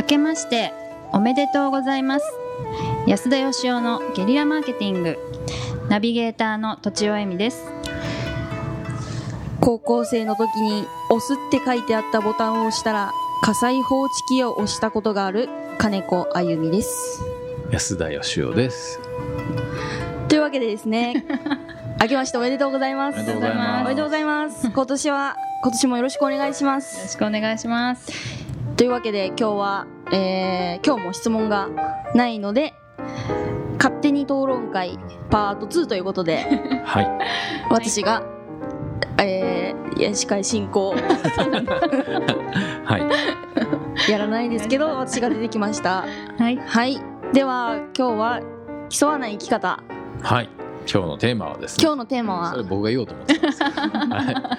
けましておめでとうございます。安田義雄のゲリラマーケティングナビゲーターのとちおえみです。 高校生の時に押すって書いてあったボタンを押したら火災報知器を押したことがある金子あゆみです。 安田義雄です。 というわけでですね明けましておめでとうございます。 おめでとうございます。 おめでとうございます。今年もよろしくお願いしまよろす。 しくお願いします。 というわけで今日は、今日も質問がないので勝手に討論会パート2ということではい。 私が、司会進行はいやらないですけど私が出てきました。 はい、 はい、では今日は競わない生き方。 はい。今日のテーマはですね。 今日のテーマはそれ僕が言おうと思ってたんですけど。はい。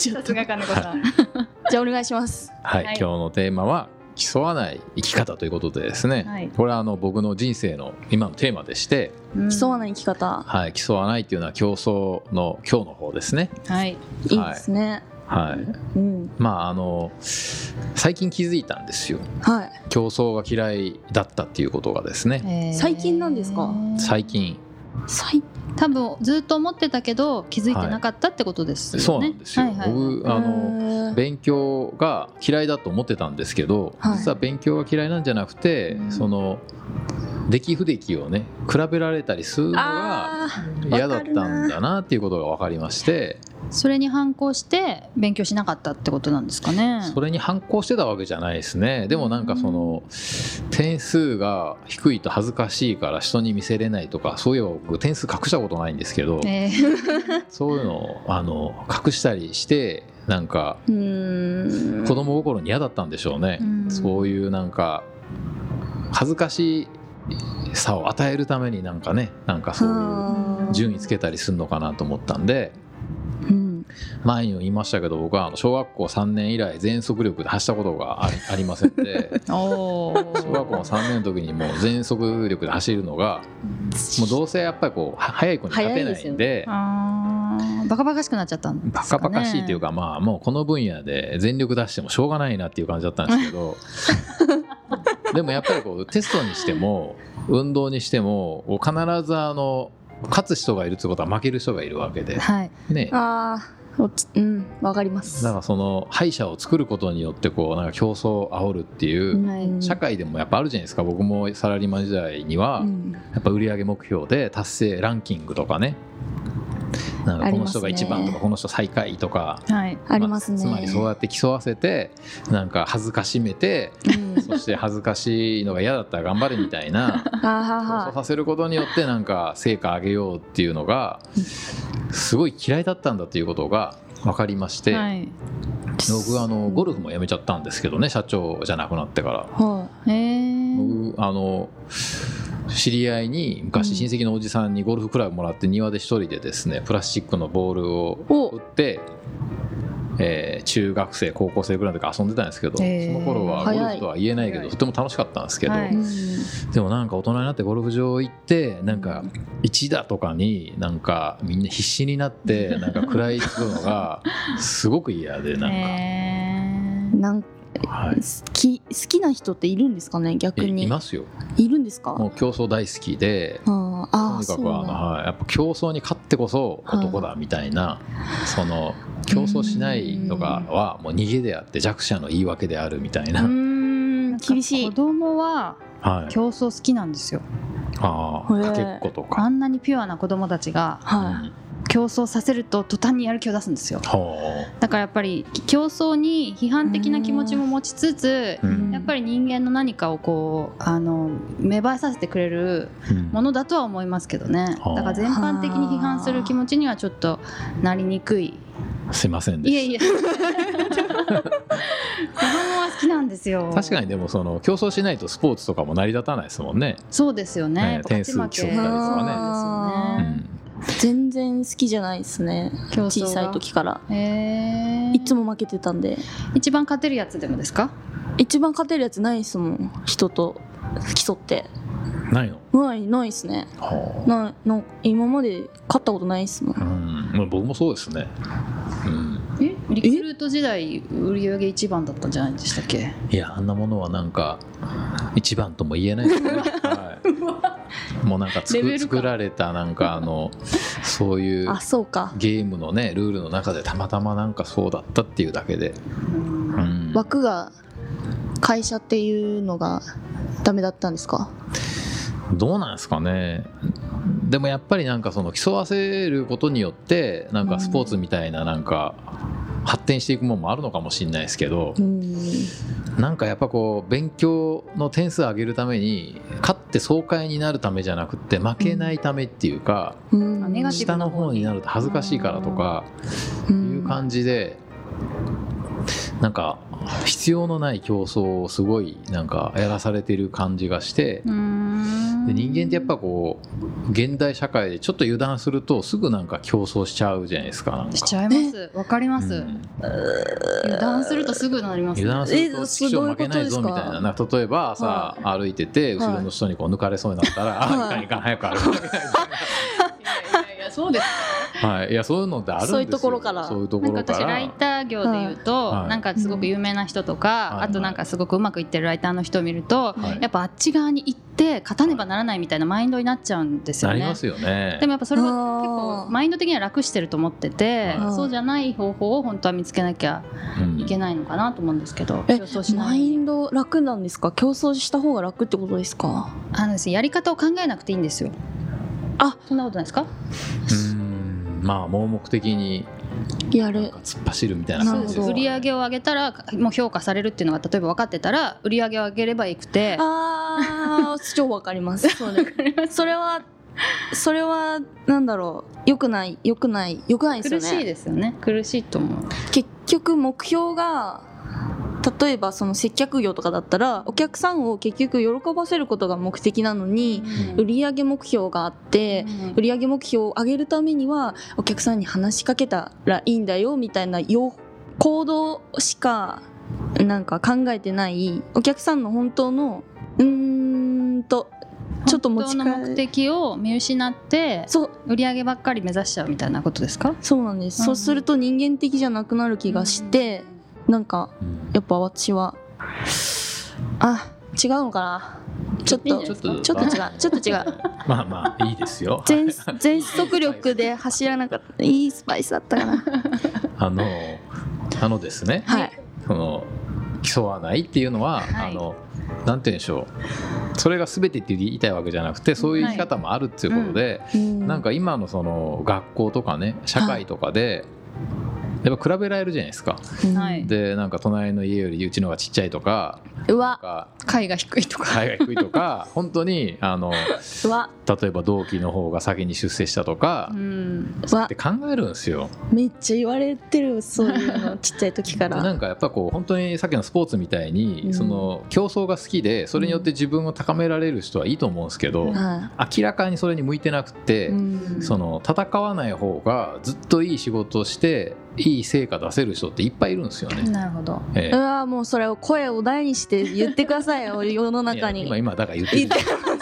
さすが金子さん。 じゃあお願いします。 はい。 はい今日のテーマは競わない生き方ということでですね。 はいこれは僕の人生の今のテーマでして、 競わない生き方、 はい。競わないっていうのは競争の今日の方ですね。 はい、 いいですね。 はい。 うん、 まあ最近気づいたんですよ。 はい。 競争が嫌いだったっていうことがですね。 最近なんですか？ 最近。 多分ずっと思ってたけど気づいてなかったってことですよね。 そうなんですよ。 はいはい僕勉強が嫌いだと思ってたんですけど、 はい実は勉強が嫌いなんじゃなくて、その出来不出来をね比べられたりするのが嫌だったんだなっていうことが分かりまして、 それに反抗して勉強しなかったってことなんですかね。 それに反抗してたわけじゃないですね。でもなんかその点数が低いと恥ずかしいから人に見せれないとか、そういう僕点数隠したことないんですけど、そういうのを隠したりしてなんか子供心に嫌だったんでしょうね。そういうなんか恥ずかしさを与えるためになんかそういう順位つけたりするのかなと思ったんで、前にも言いましたけど、僕は小学校3年以来全速力で走ったことがありませんで小学校3年の時にもう全速力で走るのがもうどうせやっぱり速い子に勝てないんで、 バカバカしくなっちゃったんですかね。 バカバカしいっていうか、まあもうこの分野で全力出してもしょうがないなっていう感じだったんですけどでもやっぱりテストにしても運動にしても必ず勝つ人がいるってことは負ける人がいるわけで、 はいね、 わかります。 だからその敗者を作ることによってなんか競争を煽るっていう社会でもやっぱあるじゃないですか。僕もサラリーマン時代にはやっぱ売上目標で達成ランキングとかね、なんかこの人が一番とかこの人最下位とかありますね。 つまりそうやって競わせてなんか恥ずかしめて、そして恥ずかしいのが嫌だったら頑張れみたいなそうさせることによってなんか成果上げようっていうのがすごい嫌いだったんだっていうことが分かりまして、僕ゴルフもやめちゃったんですけどね、社長じゃなくなってから。僕知り合いに昔親戚のおじさんにゴルフクラブもらって庭で一人でですねプラスチックのボールを打って、中学生高校生ぐらいの時遊んでたんですけど、その頃はゴルフとは言えないけどとても楽しかったんですけど、でもなんか大人になってゴルフ場行ってなんか1打とかになんかみんな必死になってなんか食らいつくのがすごく嫌でなんか好きな人っているんですかね。逆にいますよ。 いるんですか。 もう競争大好きで、とにかくやっぱ競争に勝ってこそ男だみたいな、その競争しないのがはもう逃げであって弱者の言い訳であるみたいな。 厳しい。 子供は競争好きなんですよ。 かけっことかあんなにピュアな子供たちが競争させると途端にやる気を出すんですよ。だからやっぱり競争に批判的な気持ちも持ちつつ、やっぱり人間の何かを芽生えさせてくれるものだとは思いますけどね。だから全般的に批判する気持ちにはちょっとなりにくい。 すいませんでした。 子供は好きなんですよ。 確かに。でも競争しないとスポーツとかも成り立たないですもんね。 そうですよね。 点数競ったりとかね。 全然好きじゃないですね。小さい時からいつも負けてたんで。 一番勝てるやつでもですか？ 一番勝てるやつないですもん。人と競ってないの？ ないですね。今まで勝ったことないですもん。 僕もそうですね。 リクルート時代売り上げ一番だったんじゃないでしたっけ？ いや、あんなものはなんか一番とも言えないですね、はい、もうなんか作られたなんかそういうゲームのねルールの中でたまたまなんかそうだったっていうだけで、 枠が会社っていうのがダメだったんですか？ どうなんですかね。でもやっぱりなんかその競わせることによってなんかスポーツみたいななんか発展していくものもあるのかもしれないですけど、なんかやっぱこう勉強の点数上げるために勝って爽快になるためじゃなくて負けないためっていうか、下の方になると恥ずかしいからとかいう感じで、なんか必要のない競争をすごいなんかやらされてる感じがして、で人間ってやっぱこう現代社会でちょっと油断するとすぐなんか競争しちゃうじゃないですか。なんかしちゃいます。わかります、油断するとすぐなります、ね、 油断すると師匠負けないぞみたいな、なんか例えばさ、歩いてて後ろの人にこう抜かれそうになったら、いかん早く歩くみたいなそうですか、はい、いやそういうのってあるんですよ。 そういうところからそういうところから、 なんか私ライター業でいうと、なんかすごく有名な人とか、あとなんかすごくうまくいってるライターの人を見ると、やっぱあっち側に行って勝たねばならないみたいなマインドになっちゃうんですよね。 なりますよね。 でもやっぱそれは結構マインド的には楽してると思ってて、そうじゃない方法を本当は見つけなきゃいけないのかなと思うんですけど、競争しない。 マインド楽なんですか？競争した方が楽ってことですか？ やり方を考えなくていいんですよ。そんなことないですか？ まあ盲目的にやる突っ走るみたいな感じです。 売り上げを上げたらもう評価されるっていうのが例えば分かってたら売り上げを上げればよくて、 超分かります。それはなんだろう、よくないですよね。 苦しいですよね。苦しいと思う。 結局目標が例えばその接客業とかだったらお客さんを結局喜ばせることが目的なのに、売上目標があって、売上目標を上げるためにはお客さんに話しかけたらいいんだよみたいな行動しかなんか考えてない、お客さんの本当のちょっと本当の目的を見失って売り上げばっかり目指しちゃうみたいなことですか？ そうなんです、そうすると人間的じゃなくなる気がして、なんかやっぱ私は違うのかな、ちょっと違うまあまあいいですよ。 全速力で走らなかった。いいスパイスだったかな。 ですね、その競わないっていうのは、なんて言うんでしょう、それが全てって言いたいわけじゃなくて、そういう生き方もあるっていうことで、なんか今のその学校とかね社会とかでやっぱ比べられるじゃないですか、でなんか隣の家よりうちの方がちっちゃいとか、 階が低いとか本当に例えば同期の方が先に出世したとかって考えるんですよ。 めっちゃ言われてる、そういうのちっちゃい時から。 なんかやっぱこう本当にさっきのスポーツみたいに、その競争が好きでそれによって自分を高められる人はいいと思うんですけど、明らかにそれに向いてなくて、その戦わない方がずっといい仕事をしていい成果出せる人っていっぱいいるんですよね。 なるほど。 もうそれを声を大にして言ってくださいよ世の中に。 今だから言ってる。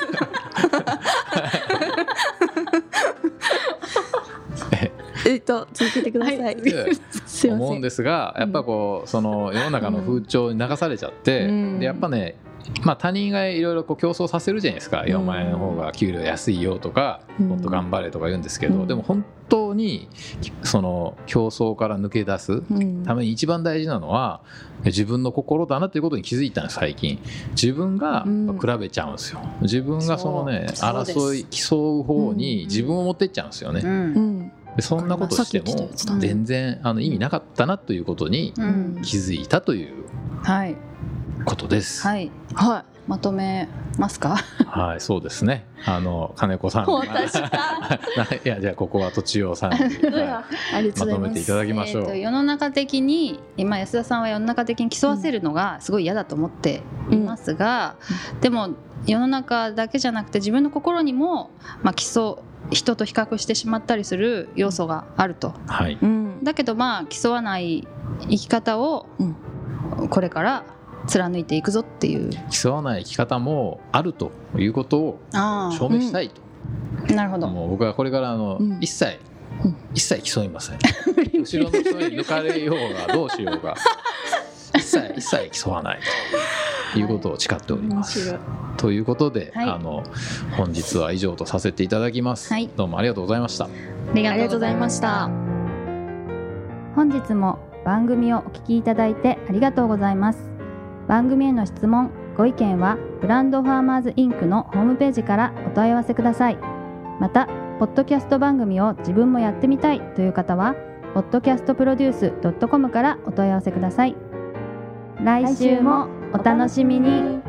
続けてください。すいません。 思うんですが、やっぱこうその世の中の風潮に流されちゃって、でやっぱね、他人がいろいろ競争させるじゃないですか。お前の方が給料安いよとか、もっと頑張れとか言うんですけど、でも本当にその競争から抜け出すために一番大事なのは自分の心だなということに気づいたんです。最近自分が比べちゃうんですよ。自分がそのね競う方に自分を持ってっちゃうんですよね。でそんなことしても全然意味なかったなということに気づいたということです。 はい、まとめますか？ はい、そうですね。金子さんがいやじゃあここはとちおさんにまとめていただきましょう。 世の中的に今安田さんは世の中的に競わせるのがすごい嫌だと思っていますが、でも世の中だけじゃなくて自分の心にも人と比較してしまったりする要素があると、だけど競わない生き方をこれから貫いていくぞっていう、 競わない生き方もあるということを証明したいと。 なるほど。 もう僕はこれから一切一切競いません後ろの人に抜かれようがどうしようが一切競わないということを誓っております、ということで、本日は以上とさせていただきます、どうもありがとうございました。 ありがとうございました。 本日も番組をお聞きいただいてありがとうございます。番組への質問ご意見はブランドファーマーズインクのホームページからお問い合わせください。またポッドキャスト番組を自分もやってみたいという方は podcastproduce.com からお問い合わせください。来週もお楽しみに。